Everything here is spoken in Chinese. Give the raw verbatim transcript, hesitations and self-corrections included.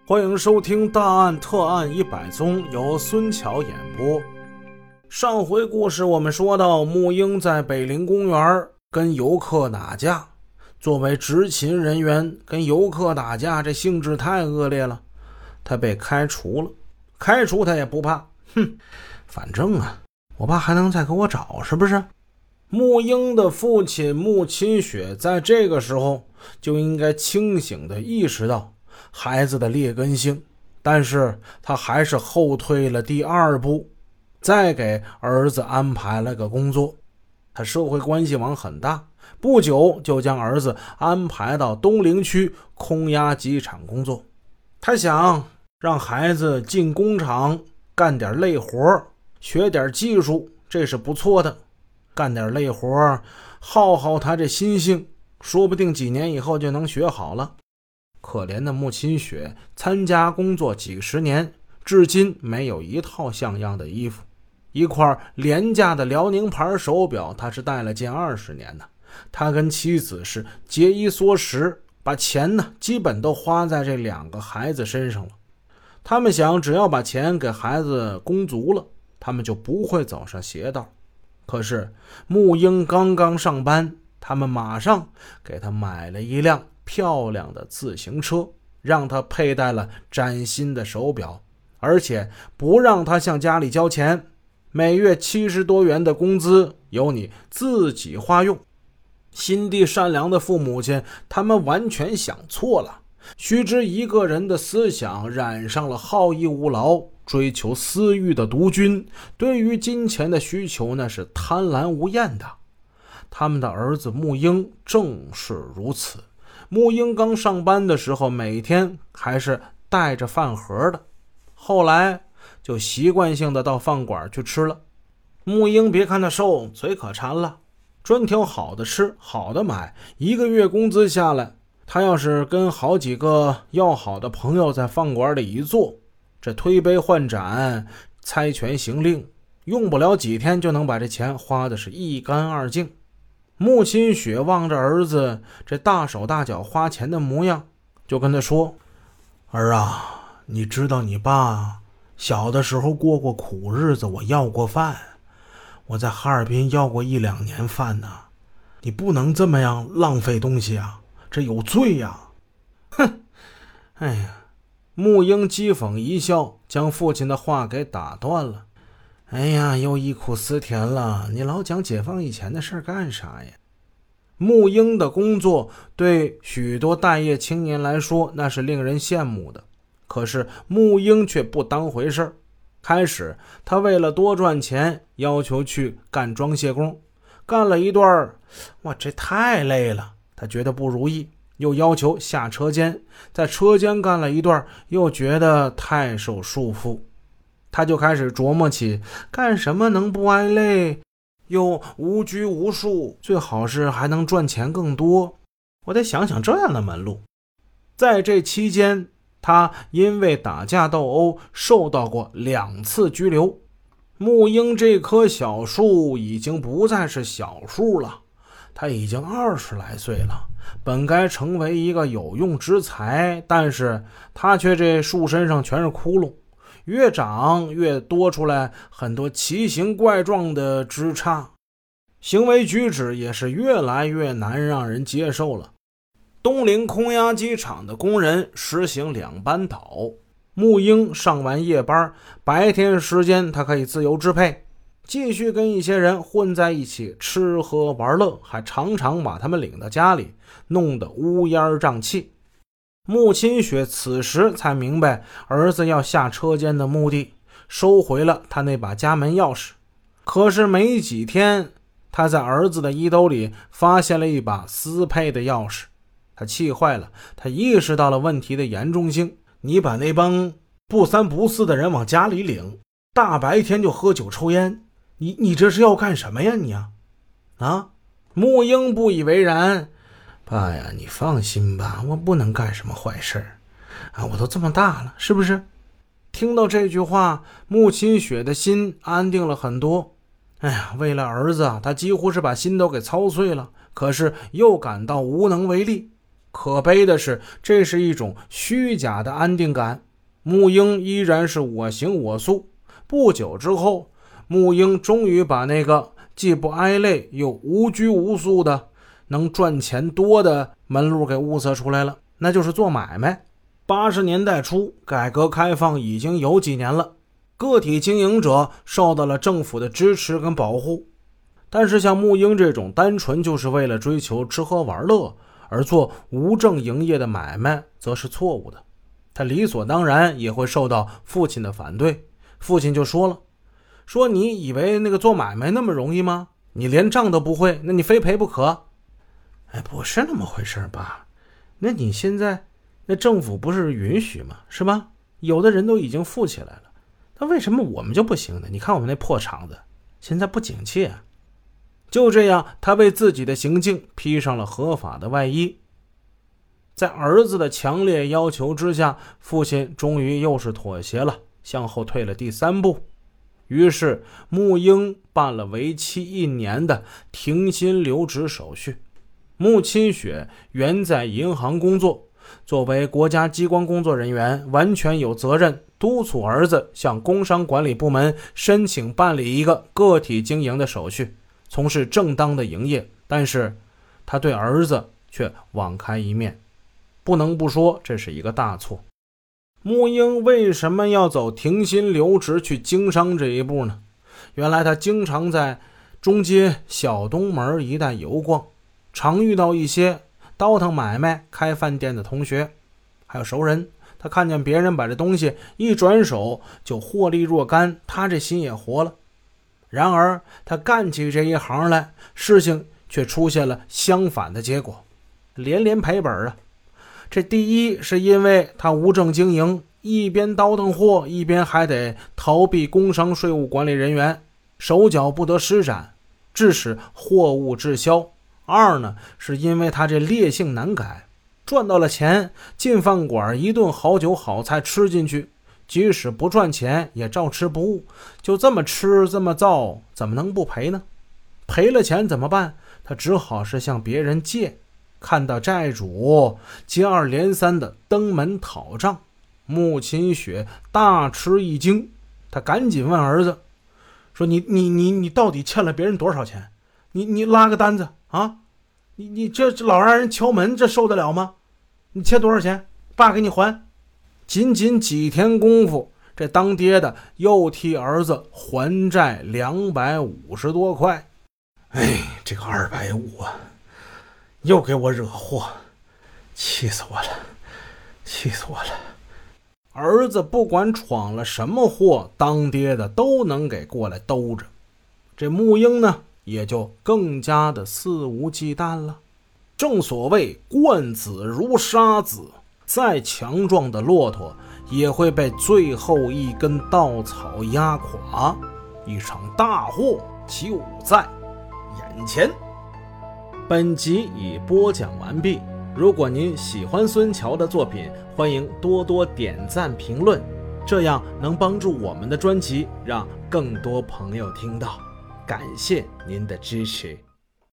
欢迎收听大案特案一百宗，由孙桥演播。上回故事我们说到，木英在北陵公园跟游客打架，作为执勤人员跟游客打架，这性质太恶劣了，他被开除了。开除他也不怕，哼，反正啊，我爸还能再给我找，是不是？木英的父亲木清雪在这个时候就应该清醒地意识到孩子的劣根性，但是他还是后退了第二步，再给儿子安排了个工作。他社会关系网很大，不久就将儿子安排到东陵区空压机厂工作。他想让孩子进工厂干点累活，学点技术，这是不错的。干点累活，耗耗他这心性，说不定几年以后就能学好了。可怜的木清雪参加工作几十年，至今没有一套像样的衣服。一块廉价的辽宁牌手表他是戴了近二十年呢。他跟妻子是节衣缩食，把钱呢基本都花在这两个孩子身上了。他们想只要把钱给孩子供足了，他们就不会走上邪道。可是木英刚刚上班，他们马上给他买了一辆漂亮的自行车，让他佩戴了崭新的手表，而且不让他向家里交钱，每月七十多元的工资由你自己花用。心地善良的父母亲，他们完全想错了。须知一个人的思想染上了好逸恶劳、追求私欲的毒菌，对于金钱的需求那是贪婪无厌的。他们的儿子木英正是如此。木英刚上班的时候，每天还是带着饭盒的，后来就习惯性的到饭馆去吃了。木英别看他瘦，嘴可馋了，专挑好的吃，好的买。一个月工资下来，他要是跟好几个要好的朋友在饭馆里一坐，这推杯换盏，猜拳行令，用不了几天就能把这钱花的是一干二净。木清雪望着儿子这大手大脚花钱的模样，就跟他说：儿啊，你知道你爸小的时候过过苦日子，我要过饭，我在哈尔滨要过一两年饭呢，你不能这么样浪费东西啊，这有罪呀！哼，哎呀，木英讥讽一笑，将父亲的话给打断了。哎呀，又忆苦思甜了，你老讲解放以前的事干啥呀？木英的工作对许多待业青年来说那是令人羡慕的，可是木英却不当回事。开始他为了多赚钱，要求去干装卸工，干了一段，哇，这太累了，他觉得不如意，又要求下车间，在车间干了一段，又觉得太受束缚。他就开始琢磨起干什么能不挨累，又无拘无束，最好是还能赚钱更多。我得想想这样的门路。在这期间，他因为打架斗殴受到过两次拘留。木英这棵小树已经不再是小树了，他已经二十来岁了，本该成为一个有用之才，但是他却这树身上全是窟窿，越长越多出来很多奇形怪状的枝杈，行为举止也是越来越难让人接受了。东陵空压机厂的工人实行两班倒，木英上完夜班，白天时间他可以自由支配，继续跟一些人混在一起吃喝玩乐，还常常把他们领到家里，弄得乌烟瘴气。木清雪此时才明白儿子要下车间的目的，收回了他那把家门钥匙。可是没几天，他在儿子的衣兜里发现了一把私配的钥匙，他气坏了，他意识到了问题的严重性。你把那帮不三不四的人往家里领，大白天就喝酒抽烟，你你这是要干什么呀你啊？啊？木英不以为然。爸呀，你放心吧，我不能干什么坏事啊，我都这么大了，是不是？听到这句话，木清雪的心安定了很多。哎呀，为了儿子，他几乎是把心都给操碎了，可是又感到无能为力。 可悲的是，这是一种虚假的安定感。沐英依然是我行我素。不久之后，沐英终于把那个既不挨累又无拘无束的能赚钱多的门路给物色出来了，那就是做买卖。八十年代初，改革开放已经有几年了，个体经营者受到了政府的支持跟保护。但是像沐英这种单纯就是为了追求吃喝玩乐而做无证营业的买卖则是错误的，他理所当然也会受到父亲的反对。父亲就说了，说你以为那个做买卖那么容易吗？你连账都不会，那你非赔不可。哎，不是那么回事吧？那你现在那政府不是允许吗？是吧？有的人都已经富起来了，那为什么我们就不行呢？你看我们那破厂子现在不景气啊。就这样，他为自己的行径披上了合法的外衣。在儿子的强烈要求之下，父亲终于又是妥协了，向后退了第三步。于是沐英办了为期一年的停薪留职手续。穆清雪原在银行工作，作为国家机关工作人员，完全有责任督促儿子向工商管理部门申请办理一个个体经营的手续，从事正当的营业。但是他对儿子却网开一面，不能不说这是一个大错。沐英为什么要走停薪留职去经商这一步呢？原来他经常在中街小东门一带游逛，常遇到一些倒腾买卖开饭店的同学还有熟人，他看见别人把这东西一转手就获利若干，他这心也活了。然而他干起这一行来，事情却出现了相反的结果，连连赔本啊。这第一是因为他无证经营，一边倒腾货，一边还得逃避工商税务管理人员，手脚不得施展，致使货物滞销。二呢，是因为他这烈性难改，赚到了钱，进饭馆一顿好酒好菜吃进去，即使不赚钱也照吃不误，就这么吃这么造，怎么能不赔呢？赔了钱怎么办？他只好是向别人借。看到债主接二连三的登门讨账，穆清雪大吃一惊，他赶紧问儿子说，你你你你到底欠了别人多少钱？你你拉个单子啊！你你这老让人敲门，这受得了吗？你欠多少钱？爸给你还。仅仅几天功夫，这当爹的又替儿子还债两百五十多块。哎，这个二百五啊，又给我惹祸，气死我了，气死我了。儿子不管闯了什么祸，当爹的都能给过来兜着。这沐英呢，也就更加的肆无忌惮了。正所谓惯子如杀子，再强壮的骆驼也会被最后一根稻草压垮。一场大祸就在眼前。本集已播讲完毕，如果您喜欢孙桥的作品，欢迎多多点赞评论，这样能帮助我们的专辑让更多朋友听到。感谢您的支持。